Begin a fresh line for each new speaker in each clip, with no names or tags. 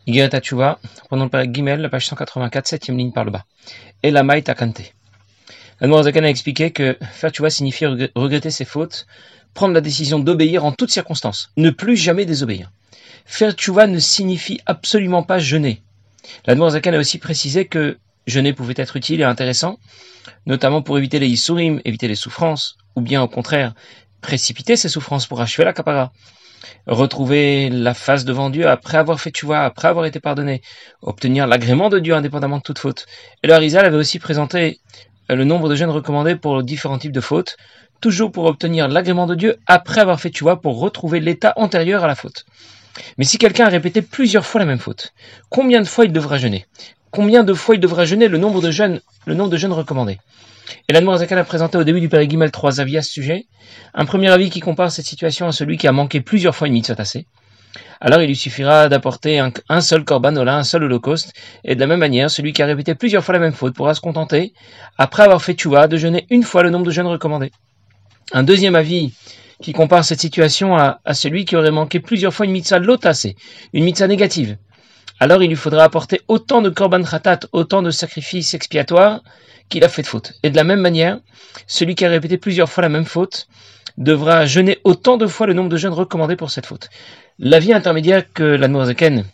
Igeret Tchouva, prenons le Père Gimel, la page 184, 7e ligne par le bas. Et la Maï Takante. L'Admour Zaken a expliqué que faire Tchouva signifie regretter ses fautes, prendre la décision d'obéir en toutes circonstances, ne plus jamais désobéir. Faire Tchouva ne signifie absolument pas jeûner. L'Admour Zaken a aussi précisé que jeûner pouvait être utile et intéressant, notamment pour éviter les Yisurim, éviter les souffrances, ou bien au contraire, précipiter ces souffrances pour achever la kapara. Retrouver la face devant Dieu après avoir fait tchouva, après avoir été pardonné, obtenir l'agrément de Dieu indépendamment de toute faute. Et le Harizal avait aussi présenté le nombre de jeûnes recommandés pour différents types de fautes, toujours pour obtenir l'agrément de Dieu après avoir fait tchouva, pour retrouver l'état antérieur à la faute. Mais si quelqu'un a répété plusieurs fois la même faute, combien de fois il devra jeûner? Combien de fois il devra jeûner le nombre de jeûnes recommandés? Et l'Admour Zaken a présenté au début du Père Gimel 3 avis à ce sujet. Un premier avis qui compare cette situation à celui qui a manqué plusieurs fois une mitzvah tassée. Alors il lui suffira d'apporter un seul korban ola, un seul holocauste, et de la même manière, celui qui a répété plusieurs fois la même faute pourra se contenter, après avoir fait tchouva, de jeûner une fois le nombre de jeûnes recommandés. Un deuxième avis qui compare cette situation à celui qui aurait manqué plusieurs fois une mitzvah lo tassée, une mitzvah négative. Alors il lui faudra apporter autant de korban khatat, autant de sacrifices expiatoires qu'il a fait de faute. Et de la même manière, celui qui a répété plusieurs fois la même faute devra jeûner autant de fois le nombre de jeûnes recommandés pour cette faute. L'avis intermédiaire que l'Admour Zaken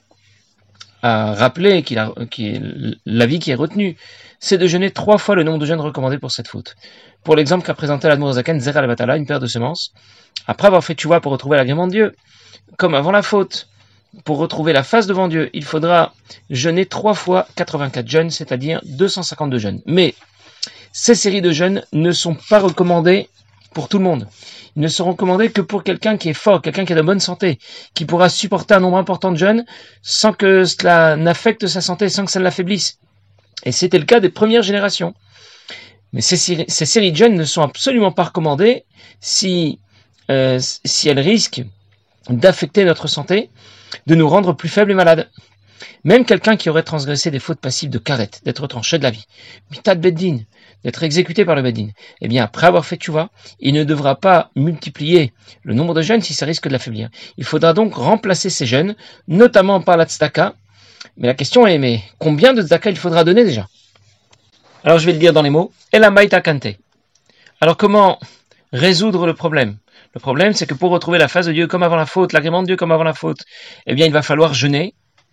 a rappelé, l'avis qui est retenu, c'est de jeûner 3 fois le nombre de jeûnes recommandés pour cette faute. Pour l'exemple qu'a présenté l'Admour Zaken, Zera al-Batala, une paire de semences, après avoir fait tchouva pour retrouver l'agrément de Dieu, comme avant la faute, pour retrouver la face devant Dieu, il faudra jeûner 3 fois 84 jeûnes, c'est-à-dire 252 jeûnes. Mais ces séries de jeûnes ne sont pas recommandées pour tout le monde. Ils ne sont recommandés que pour quelqu'un qui est fort, quelqu'un qui est de bonne santé, qui pourra supporter un nombre important de jeûnes sans que cela n'affecte sa santé, sans que ça ne l'affaiblisse. Et c'était le cas des premières générations. Mais ces séries de jeûnes ne sont absolument pas recommandées si elles risquent d'affecter notre santé, de nous rendre plus faibles et malades. Même quelqu'un qui aurait transgressé des fautes passives de karet, d'être tranché de la vie, mitad beddin, d'être exécuté par le beddin, eh bien après avoir fait tchouva, il ne devra pas multiplier le nombre de jeûnes si ça risque de l'affaiblir. Il faudra donc remplacer ces jeûnes, notamment par la tzedaka. Mais la question est, mais combien de tzedaka il faudra donner déjà? Alors je vais le dire dans les mots, Elamay Takante. Alors comment résoudre le problème? Le problème, c'est que pour retrouver la face de Dieu comme avant la faute, l'agrément de Dieu comme avant la faute, eh bien, il va falloir jeûner.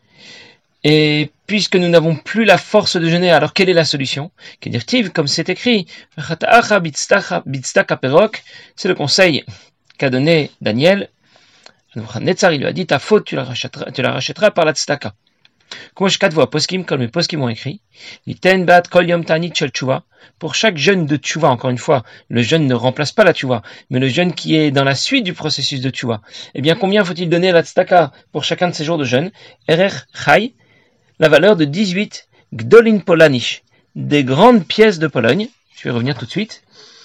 Et puisque nous n'avons plus la force de jeûner, alors quelle est la solution? Comme c'est écrit, c'est le conseil qu'a donné Daniel. Netzar, il lui a dit, ta faute, tu la rachèteras par la tzedaka. Comme les poskim ont écrit, pour chaque jeûne de tchouva, encore une fois, le jeûne ne remplace pas la tchouva, mais le jeûne qui est dans la suite du processus de tchouva. Eh bien, combien faut-il donner à la tzedaka pour chacun de ces jours de jeûne? Erer Chai, la valeur de 18 Gdolin Polanish, des grandes pièces de Pologne. Je vais revenir tout de suite.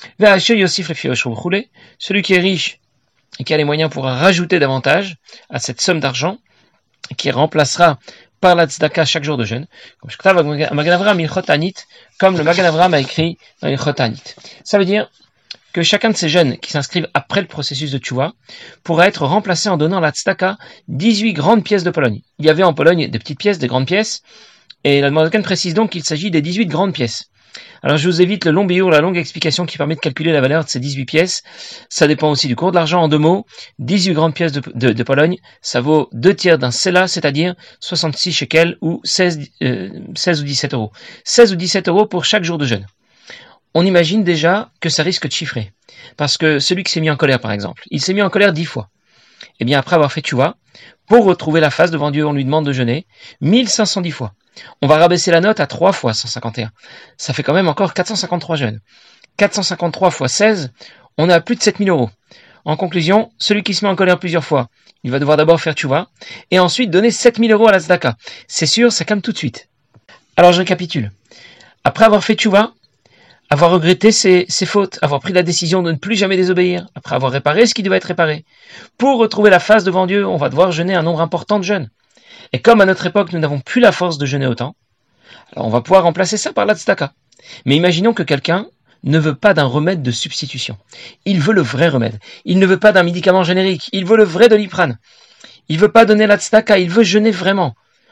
Celui qui est riche et qui a les moyens pourra rajouter davantage à cette somme d'argent qui remplacera par la tzedaka chaque jour de jeûne, comme le Magen Avraham a écrit dans les Chotanit. Ça veut dire que chacun de ces jeûnes qui s'inscrivent après le processus de tchouva pourra être remplacé en donnant la tzedaka 18 grandes pièces de Pologne. Il y avait en Pologne des petites pièces, des grandes pièces, et l'Admour Zaken précise donc qu'il s'agit des 18 grandes pièces. Alors je vous évite le long biour, la longue explication qui permet de calculer la valeur de ces 18 pièces. Ça dépend aussi du cours de l'argent. En 2 mots, 18 grandes pièces de Pologne, ça vaut 2 tiers d'un sela, c'est-à-dire 66 shekels ou 16 ou 17 euros. 16 ou 17 euros pour chaque jour de jeûne. On imagine déjà que ça risque de chiffrer. Parce que celui qui s'est mis en colère, par exemple, il s'est mis en colère 10 fois. Eh bien, après avoir fait tchouva, pour retrouver la face devant Dieu, on lui demande de jeûner 1510 fois. On va rabaisser la note à 3 fois 151. Ça fait quand même encore 453 jeûnes. 453 fois 16, on a plus de 7000 euros. En conclusion, celui qui se met en colère plusieurs fois, il va devoir d'abord faire tchouva, et ensuite donner 7000 euros à la tzedaka. C'est sûr, ça calme tout de suite. Alors je récapitule. Après avoir fait tchouva, avoir regretté ses fautes, avoir pris la décision de ne plus jamais désobéir, après avoir réparé ce qui devait être réparé, pour retrouver la face devant Dieu, on va devoir jeûner un nombre important de jeûnes. Et comme à notre époque, nous n'avons plus la force de jeûner autant, alors on va pouvoir remplacer ça par la tzedaka. Mais imaginons que quelqu'un ne veut pas d'un remède de substitution. Il veut le vrai remède. Il ne veut pas d'un médicament générique. Il veut le vrai Doliprane. Il veut pas donner la tzedaka. Il veut jeûner vraiment.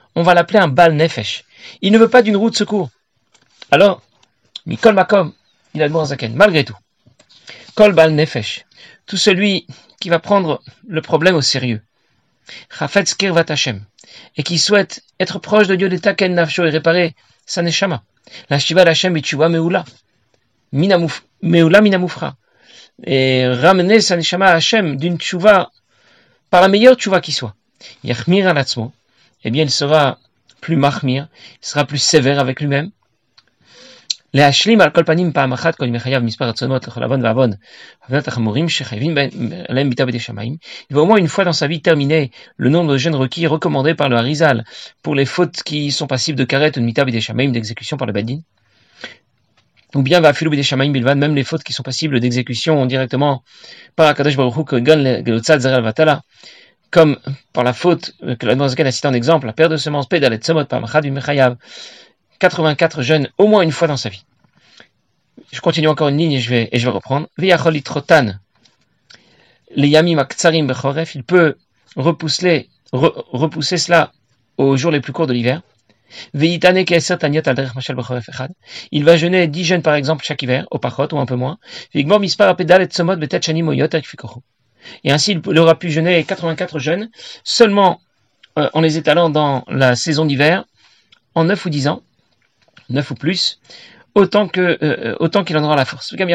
on va l'appeler un Baal Nefesh. Il ne veut pas d'une roue de secours. Alors, Mikol Makom, il a le Zaken, malgré tout. Kol Baal Nefesh, tout celui qui va prendre le problème au sérieux. Chafetz Kirvat Hashem, et qui souhaite être proche de Dieu, d'Etaken Nafsho, et réparer sa Neshama. La Shiva Hashem Bichuva Meula Minamufra. Et ramener sa Neshama à Hashem d'une tchouva, par la meilleure tchouva qui soit. Yachmir alatzmo, eh bien il sera plus mahmir, il sera plus sévère avec lui-même. Les hashlim al kolpanim pa'amachat kol mechayav mispar atzonot l'cholavon va'avon avenat achamorim shechayvin alem mita b'dei shamayim. Il va au moins une fois dans sa vie terminer le nombre de jeûnes requis recommandés par le Harizal pour les fautes qui sont passibles de karet ou de mita b'dei shamayim, d'exécution par le Badin. Ou bien va filu b'dei shamayim bilvad, même les fautes qui sont passibles d'exécution directement par Akadosh Baruch Hu kogan gelotzat zeral vatala, comme par la faute que la Zaken a cité en exemple, la paire de semences pédalet somot pa'amachat b'mechayav, 84 jeûnes au moins une fois dans sa vie. Je continue encore une ligne et je vais reprendre. V'yachol trotan les yamim aktsarim bechoref, il peut repousser cela aux jours les plus courts de l'hiver. V'yitane ke'eser taniot al derech mashal bechoref echad, il va jeûner 10 jeûnes par exemple chaque hiver, au pachot ou un peu moins. V'yigmor mispar apedal et somot betet shanim oyot akfikochu, et ainsi il aura pu jeûner 84 jeûnes seulement en les étalant dans la saison d'hiver en 9 ou 10 ans. 9 ou plus, autant qu'il en aura la force. Il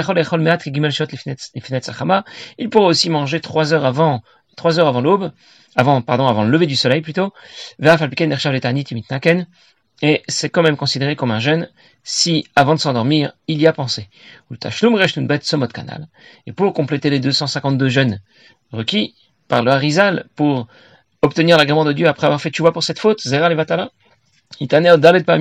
pourra aussi manger 3 heures avant l'aube, avant le lever du soleil plutôt, et c'est quand même considéré comme un jeûne si, avant de s'endormir, il y a pensé. Et pour compléter les 252 jeûnes requis par le Harizal pour obtenir l'agrément de Dieu après avoir fait tchouva pour cette faute, Zera Levatala, il va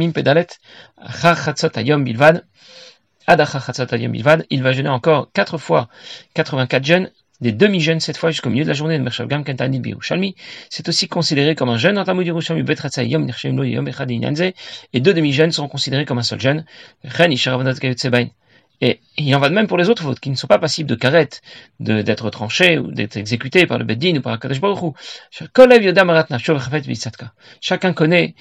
jeûner encore 4 fois 84 jeûnes, des demi-jeûnes cette fois jusqu'au milieu de la journée de Mershavgam Kentani Birushalmi. C'est aussi considéré comme un jeûne en Talmud Yerushalmi Betratsa Yom Nirshim Lo Yom Echad Inyanze, et 2 demi-jeûnes seront considérés comme un seul jeûne. Et il en va de même pour les autres fautes qui ne sont pas passibles de karet, d'être tranchées ou d'être exécutées par le Beddin ou par Akadosh Baruch Hu. Chacun connaît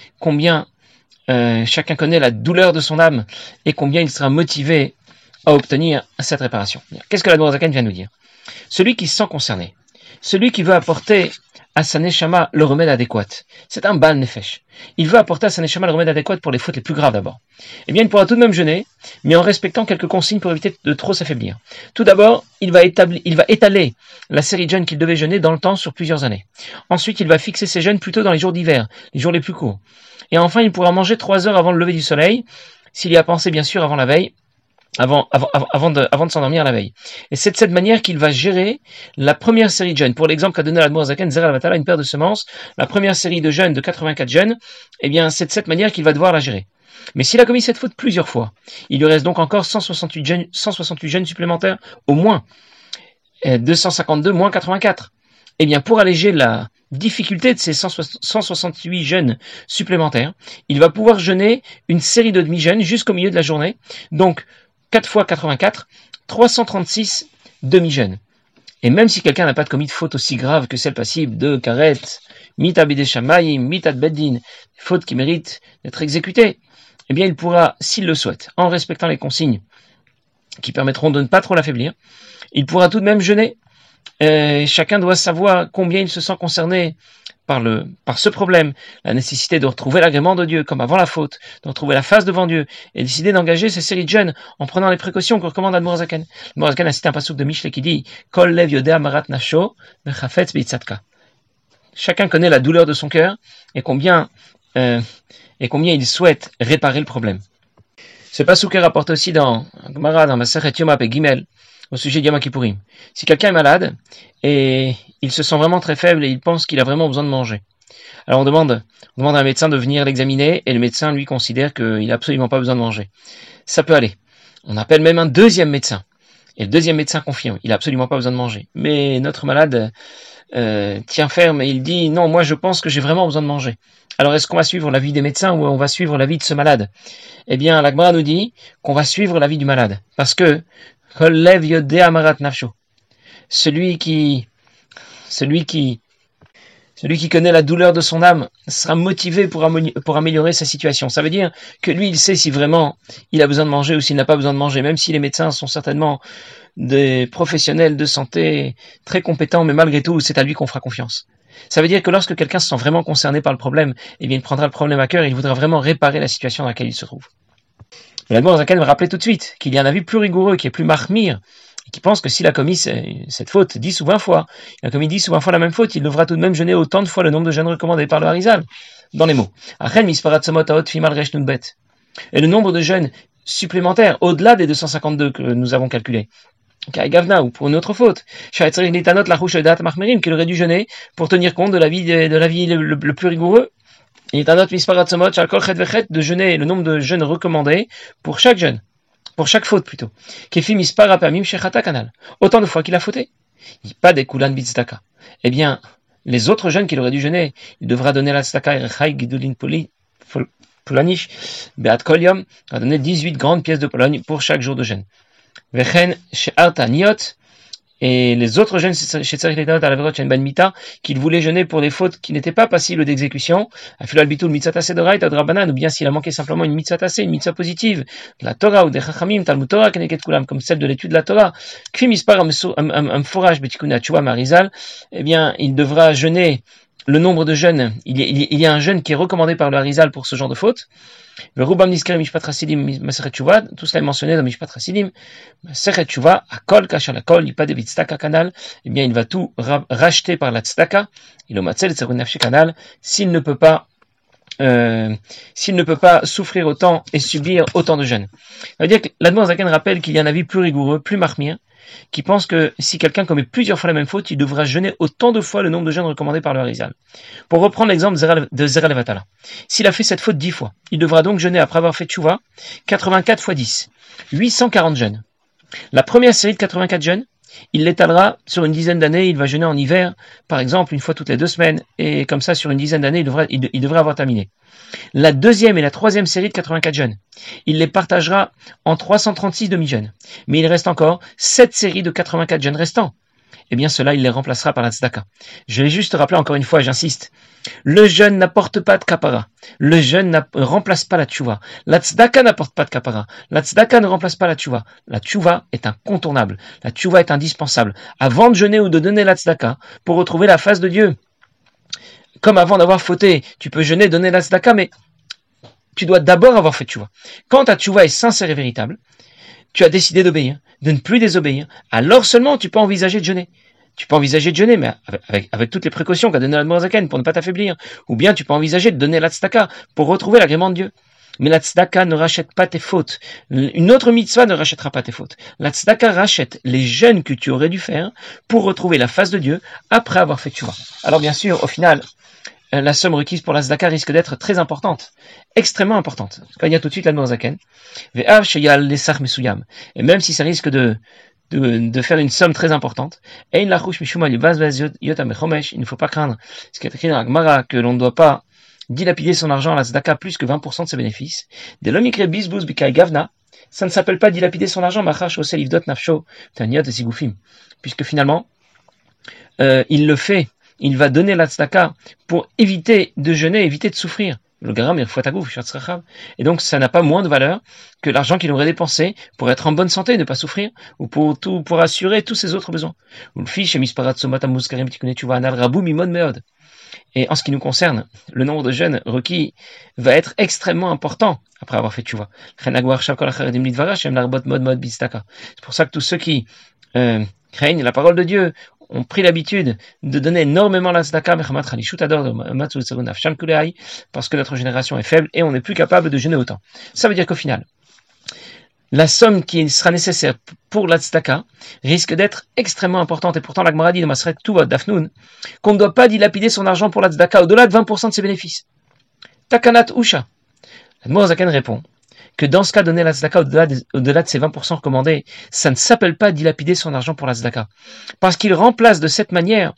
la douleur de son âme et combien il sera motivé à obtenir cette réparation. Qu'est-ce que la Zaken vient nous dire? Celui qui se sent concerné, celui qui veut apporter à sa neshama le remède adéquat, c'est un Baal Nefesh. Il veut apporter à sa neshama le remède adéquat pour les fautes les plus graves d'abord. Eh bien, il pourra tout de même jeûner, mais en respectant quelques consignes pour éviter de trop s'affaiblir. Tout d'abord, il va étaler la série de jeûnes qu'il devait jeûner dans le temps sur plusieurs années. Ensuite, il va fixer ses jeûnes plutôt dans les jours d'hiver, les jours les plus courts. Et enfin, il pourra manger 3 heures avant le lever du soleil, s'il y a pensé bien sûr avant la veille, avant de s'endormir la veille. Et c'est de cette manière qu'il va gérer la première série de jeûnes. Pour l'exemple qu'a donné l'Admour Zaken, Zera Vatala, une paire de semences, la première série de jeûnes de 84 jeûnes, eh bien, c'est de cette manière qu'il va devoir la gérer. Mais s'il a commis cette faute plusieurs fois, il lui reste donc encore 168 jeûnes supplémentaires, au moins, 252 moins 84. Eh bien, pour alléger la difficulté de ces 168 jeûnes supplémentaires, il va pouvoir jeûner une série de demi-jeûnes jusqu'au milieu de la journée. Donc, 4 fois 84, 336 demi-jeûnes. Et même si quelqu'un n'a pas commis de faute aussi grave que celle passible de karet, mita b'dei shamayim, mita beddin, faute qui mérite d'être exécutée, eh bien il pourra, s'il le souhaite, en respectant les consignes qui permettront de ne pas trop l'affaiblir, il pourra tout de même jeûner. Chacun doit savoir combien il se sent concerné par ce problème, la nécessité de retrouver l'agrément de Dieu comme avant la faute, de retrouver la face devant Dieu, et décider d'engager ces séries de jeûnes en prenant les précautions que recommande Admour Zaken. Admour Zaken a cité un passouk de Mishlei qui dit Kol lev yodea marat nasho vechafetz beitzadka. Chacun connaît la douleur de son cœur et combien il souhaite réparer le problème. Ce passouk est rapporté aussi dans Gemara, dans Masechet Yoma Pe Gimel, au sujet de Yom Kippourim. Si quelqu'un est malade et il se sent vraiment très faible et il pense qu'il a vraiment besoin de manger, alors on demande à un médecin de venir l'examiner et le médecin lui considère qu'il n'a absolument pas besoin de manger. Ça peut aller. On appelle même un deuxième médecin et le deuxième médecin confirme, il n'a absolument pas besoin de manger. Mais notre malade tient ferme et il dit non, moi je pense que j'ai vraiment besoin de manger. Alors est-ce qu'on va suivre l'avis des médecins ou on va suivre l'avis de ce malade? Eh bien, la Gemara nous dit qu'on va suivre l'avis du malade parce que celui qui Celui qui connaît la douleur de son âme sera motivé pour améliorer sa situation. Ça veut dire que lui, il sait si vraiment il a besoin de manger ou s'il n'a pas besoin de manger, même si les médecins sont certainement des professionnels de santé très compétents, mais malgré tout, c'est à lui qu'on fera confiance. Ça veut dire que lorsque quelqu'un se sent vraiment concerné par le problème, eh bien, il prendra le problème à cœur et il voudra vraiment réparer la situation dans laquelle il se trouve. Mais l'Admor Zaken me rappelait tout de suite qu'il y a un avis plus rigoureux, qui est plus mahmir, et qui pense que s'il a commis cette faute 10 ou 20 fois, il a commis 10 ou 20 fois la même faute, il devra tout de même jeûner autant de fois le nombre de jeûnes recommandés par le Harizal, dans les mots. Et le nombre de jeûnes supplémentaires, au-delà des 252 que nous avons calculés. Gavna, ou pour une autre faute. Qu'il aurait dû jeûner pour tenir compte de l'avis le plus rigoureux. Il est un autre de jeûner le nombre de jeûnes recommandés pour chaque jeûne. Pour chaque faute plutôt. Autant de fois qu'il a fauté. Pas des kulan bitzdaka. Eh bien, les autres jeûnes qu'il aurait dû jeûner, il devra donner la tzedaka erechai gidulin polanish beat kol yom, va donner 18 grandes pièces de Pologne pour chaque jour de jeûne. Vechen she'arta niot, et les autres jeûnes chez Tzarich Leitanot à l'Averot Shen Ben Mita, qu'il voulait jeûner pour des fautes qui n'étaient pas passibles d'exécution, Afilo al-Bitul mitzvah taseh d'oraita drabanan, ou bien s'il a manqué simplement une mitzvah taseh, une mitzvah positive, de la Torah ou des Chachamim, Talmud Torah, keneket kulam, comme celle de l'étude de la Torah, kfi mispar am forage betikuna tchouva marizal, eh bien, il devra jeûner le nombre de jeûnes. Il y a un jeûne qui est recommandé par le Harizal pour ce genre de faute. Le Rubam Nisker Mishpat Hasidim Maseret Tshuva, tout cela est mentionné dans Mishpat Hasidim. Maseret Tshuva, Akol Kachal Akol, il pas de Tzedaka Kanal, eh bien il va tout racheter par la Tzedaka. Il au Matzel Tzerun Nafshi Kanal, s'il ne peut pas souffrir autant et subir autant de jeûnes. Ça veut dire que l'Admor Zaken rappelle qu'il y a un avis plus rigoureux, plus mahmir, qui pense que si quelqu'un commet plusieurs fois la même faute, il devra jeûner autant de fois le nombre de jeûnes recommandés par le Harizal. Pour reprendre l'exemple de Zera Levatala, s'il a fait cette faute 10 fois, il devra donc jeûner après avoir fait Tchouva 84 fois 10, 840 jeûnes. La première série de 84 jeûnes, il l'étalera sur une dizaine d'années, il va jeûner en hiver, par exemple, une fois toutes les 2 semaines, et comme ça, sur une dizaine d'années, il devrait avoir terminé. La deuxième et la troisième série de 84 jeûnes, il les partagera en 336 demi-jeûnes. Mais il reste encore 7 séries de 84 jeûnes restants. Eh bien, cela, il les remplacera par la tzedaka. Je vais juste rappeler encore une fois, j'insiste. Le jeûne n'apporte pas de kapara. Le jeûne ne remplace pas la tchouva. La tzedaka n'apporte pas de kapara. La tzedaka ne remplace pas la tchouva. La tchouva est incontournable. La tchouva est indispensable. Avant de jeûner ou de donner la tzedaka, pour retrouver la face de Dieu, comme avant d'avoir fauté, tu peux jeûner, donner la tzedaka, mais tu dois d'abord avoir fait tchouva. Quand ta tchouva est sincère et véritable, tu as décidé d'obéir, de ne plus désobéir, alors seulement tu peux envisager de jeûner. Tu peux envisager de jeûner, mais avec toutes les précautions qu'a donné l'Admor Zaken pour ne pas t'affaiblir. Ou bien tu peux envisager de donner la tzedaka pour retrouver l'agrément de Dieu. Mais la tzedaka ne rachète pas tes fautes. Une autre mitzvah ne rachètera pas tes fautes. La tzedaka rachète les jeûnes que tu aurais dû faire pour retrouver la face de Dieu après avoir fait tchouva. Alors bien sûr, au final, la somme requise pour la tzedaka risque d'être très importante, extrêmement importante. Quand il y a tout de suite l'Admor Zaken, et même si ça risque de faire une somme très importante, il ne faut pas craindre ce qui est écrit dans la Gemara, que l'on ne doit pas dilapider son argent à la tzedaka plus que 20% de ses bénéfices. Ça ne s'appelle pas dilapider son argent, puisque finalement, il le fait. Il va donner la tzedaka pour éviter de jeûner, éviter de souffrir. Le garam et donc ça n'a pas moins de valeur que l'argent qu'il aurait dépensé pour être en bonne santé, ne pas souffrir, ou pour assurer tous ses autres besoins. Et en ce qui nous concerne, le nombre de jeûnes requis va être extrêmement important après avoir fait tchouva. C'est pour ça que tous ceux qui craignent la parole de Dieu ont pris l'habitude de donner énormément la tzedaka, parce que notre génération est faible et on n'est plus capable de jeûner autant. Ça veut dire qu'au final, la somme qui sera nécessaire pour la tzedaka risque d'être extrêmement importante. Et pourtant, la Gemara dit dans Maseret Tuvot Dafnoun qu'on ne doit pas dilapider son argent pour la tzedaka au-delà de 20% de ses bénéfices. Takanat Usha. L'Admor Zaken répond que dans ce cas, donner la tzedaka au-delà de ces 20% recommandés, ça ne s'appelle pas dilapider son argent pour la tzedaka. Parce qu'il remplace de cette manière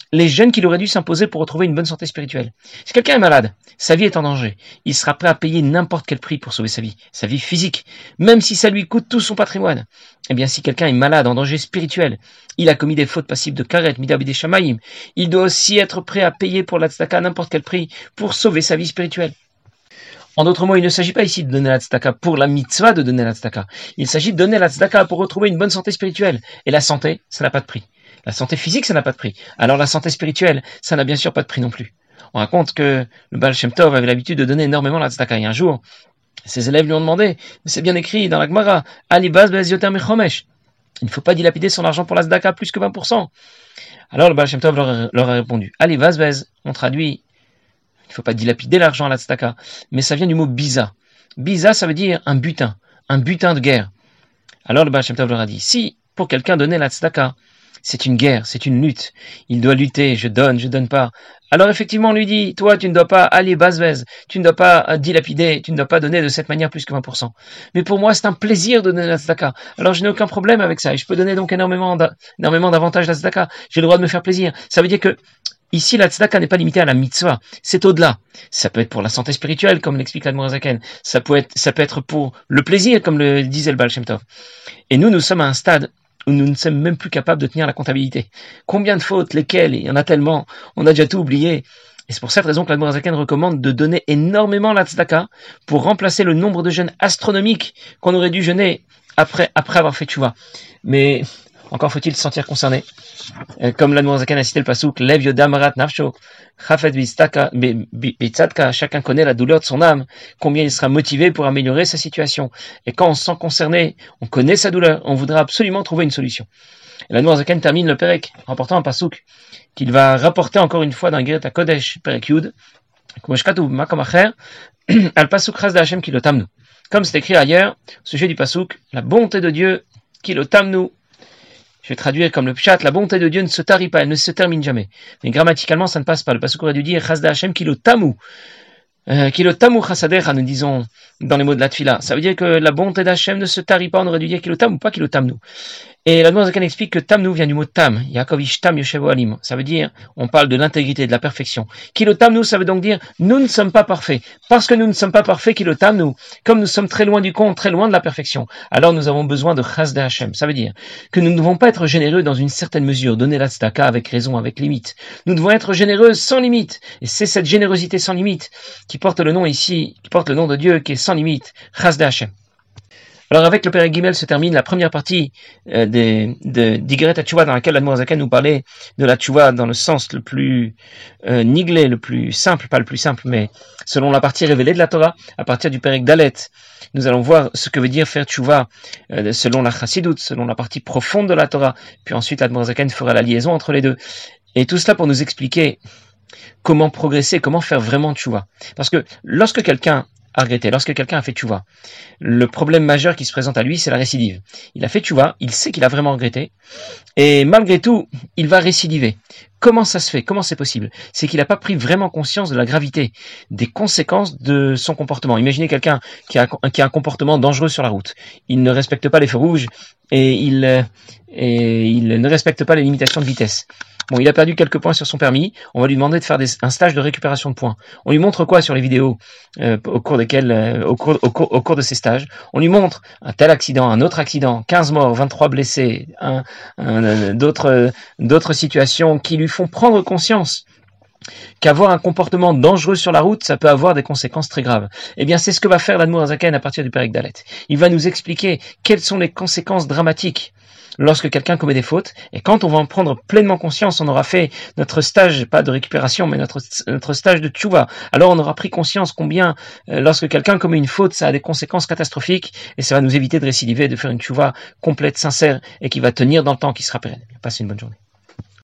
les jeûnes qu'il aurait dû s'imposer pour retrouver une bonne santé spirituelle. Si quelqu'un est malade, sa vie est en danger, il sera prêt à payer n'importe quel prix pour sauver sa vie physique, même si ça lui coûte tout son patrimoine. Eh bien, si quelqu'un est malade, en danger spirituel, il a commis des fautes passives de karet, midabi des shamaïm, il doit aussi être prêt à payer pour la tzedaka n'importe quel prix pour sauver sa vie spirituelle. En d'autres mots, il ne s'agit pas ici de donner la tzedaka pour la mitzvah de donner la tzedaka. Il s'agit de donner la tzedaka pour retrouver une bonne santé spirituelle. Et la santé, ça n'a pas de prix. La santé physique, ça n'a pas de prix. Alors la santé spirituelle, ça n'a bien sûr pas de prix non plus. On raconte que le Baal Shem Tov avait l'habitude de donner énormément la tzedaka. Et un jour, ses élèves lui ont demandé, mais c'est bien écrit dans la Gemara, Alibaz be'ez yoter mechomesh. Il ne faut pas dilapider son argent pour la tzedaka plus que 20%. Alors le Baal Shem Tov leur a répondu, Alibaz be'ez, on traduit, il ne faut pas dilapider l'argent à la tzedaka, mais ça vient du mot biza. Biza, ça veut dire un butin de guerre. Alors le Baal Shem Tov leur a dit, si pour quelqu'un donner la tzedaka, c'est une guerre, c'est une lutte, il doit lutter, je donne pas. Alors effectivement on lui dit, toi tu ne dois pas aller basvez, tu ne dois pas dilapider, tu ne dois pas donner de cette manière plus que 20%. Mais pour moi c'est un plaisir de donner la tzedaka, alors je n'ai aucun problème avec ça, et je peux donner donc énormément d'avantages à la tzedaka, j'ai le droit de me faire plaisir. Ça veut dire que ici, la tzedaka n'est pas limitée à la mitzvah, c'est au-delà. Ça peut être pour la santé spirituelle, comme l'explique l'Admor HaZaken. Ça peut être pour le plaisir, comme le disait le Baal Shem Tov. Et nous sommes à un stade où nous ne sommes même plus capables de tenir la comptabilité. Combien de fautes, lesquelles? Il y en a tellement, on a déjà tout oublié. Et c'est pour cette raison que l'Admor HaZaken recommande de donner énormément la tzedaka pour remplacer le nombre de jeûnes astronomiques qu'on aurait dû jeûner après avoir fait tchouva. Mais encore faut-il se sentir concerné. Comme l'Admor HaZaken a cité le pasouk, Lev yodam marat nafsho, chafet bitzadka, chacun connaît la douleur de son âme, combien il sera motivé pour améliorer sa situation. Et quand on se sent concerné, on connaît sa douleur, on voudra absolument trouver une solution. Et l'Admor HaZaken termine le Perek, en rapportant un pasouk, qu'il va rapporter encore une fois dans Geret HaKodesh, Perek Yud, al pasouk chas d'Hachem ki lo tamnu. Comme c'est écrit ailleurs, au sujet du pasouk, la bonté de Dieu ki lo tamnu. Je vais traduire comme le pshat, la bonté de Dieu ne se tarit pas, elle ne se termine jamais. Mais grammaticalement, ça ne passe pas. Le pasuk aurait dû dire chas d'Hachem ki lo tamu. Ki lo tamu chasadecha, nous disons dans les mots de la tfila. Ça veut dire que la bonté d'Hachem ne se tarit pas, on aurait dû dire ki lo tamu, pas ki lo tamnu. Et l'Admor HaZaken explique que tamnu vient du mot tam, Yaakov ish tam yoshevo alim. Ça veut dire, on parle de l'intégrité, de la perfection. Kilo tamnu, ça veut donc dire, nous ne sommes pas parfaits. Parce que nous ne sommes pas parfaits, kilo tamnu, comme nous sommes très loin du compte, très loin de la perfection, alors nous avons besoin de chas Hashem. Ça veut dire que nous ne devons pas être généreux dans une certaine mesure, donner la tzedaka avec raison, avec limite. Nous devons être généreux sans limite. Et c'est cette générosité sans limite qui porte le nom ici, qui porte le nom de Dieu, qui est sans limite, chas Hashem. Alors avec le Perek Gimel se termine la première partie d'Igeret HaTshuva dans laquelle l'Admor HaZaken nous parlait de la Tshuva dans le sens le plus niglé, le plus simple, pas le plus simple, mais selon la partie révélée de la Torah, à partir du Perek Dalet, nous allons voir ce que veut dire faire Tshuva selon la Chassidut, selon la partie profonde de la Torah, puis ensuite l'Admor HaZaken fera la liaison entre les deux. Et tout cela pour nous expliquer comment progresser, comment faire vraiment Tshuva. Parce que lorsque quelqu'un a regretté, lorsque quelqu'un a fait tchouva, le problème majeur qui se présente à lui, c'est la récidive. Il a fait tchouva, il sait qu'il a vraiment regretté, et malgré tout, il va récidiver. Comment ça se fait? Comment c'est possible? C'est qu'il n'a pas pris vraiment conscience de la gravité, des conséquences de son comportement. Imaginez quelqu'un qui a un comportement dangereux sur la route. Il ne respecte pas les feux rouges, et il ne respecte pas les limitations de vitesse. Bon, il a perdu quelques points sur son permis, on va lui demander de faire un stage de récupération de points. On lui montre quoi sur les vidéos au cours de ces stages? On lui montre un tel accident, un autre accident, 15 morts, 23 blessés, d'autres situations qui lui font prendre conscience qu'avoir un comportement dangereux sur la route, ça peut avoir des conséquences très graves. Eh bien, c'est ce que va faire l'Admor HaZaken à partir du Perek Dalet. Il va nous expliquer quelles sont les conséquences dramatiques lorsque quelqu'un commet des fautes, et quand on va en prendre pleinement conscience, on aura fait notre stage, pas de récupération, mais notre stage de tchouva. Alors on aura pris conscience combien, lorsque quelqu'un commet une faute, ça a des conséquences catastrophiques, et ça va nous éviter de récidiver, de faire une tchouva complète, sincère, et qui va tenir dans le temps, qui sera pérenne. Passez une bonne journée.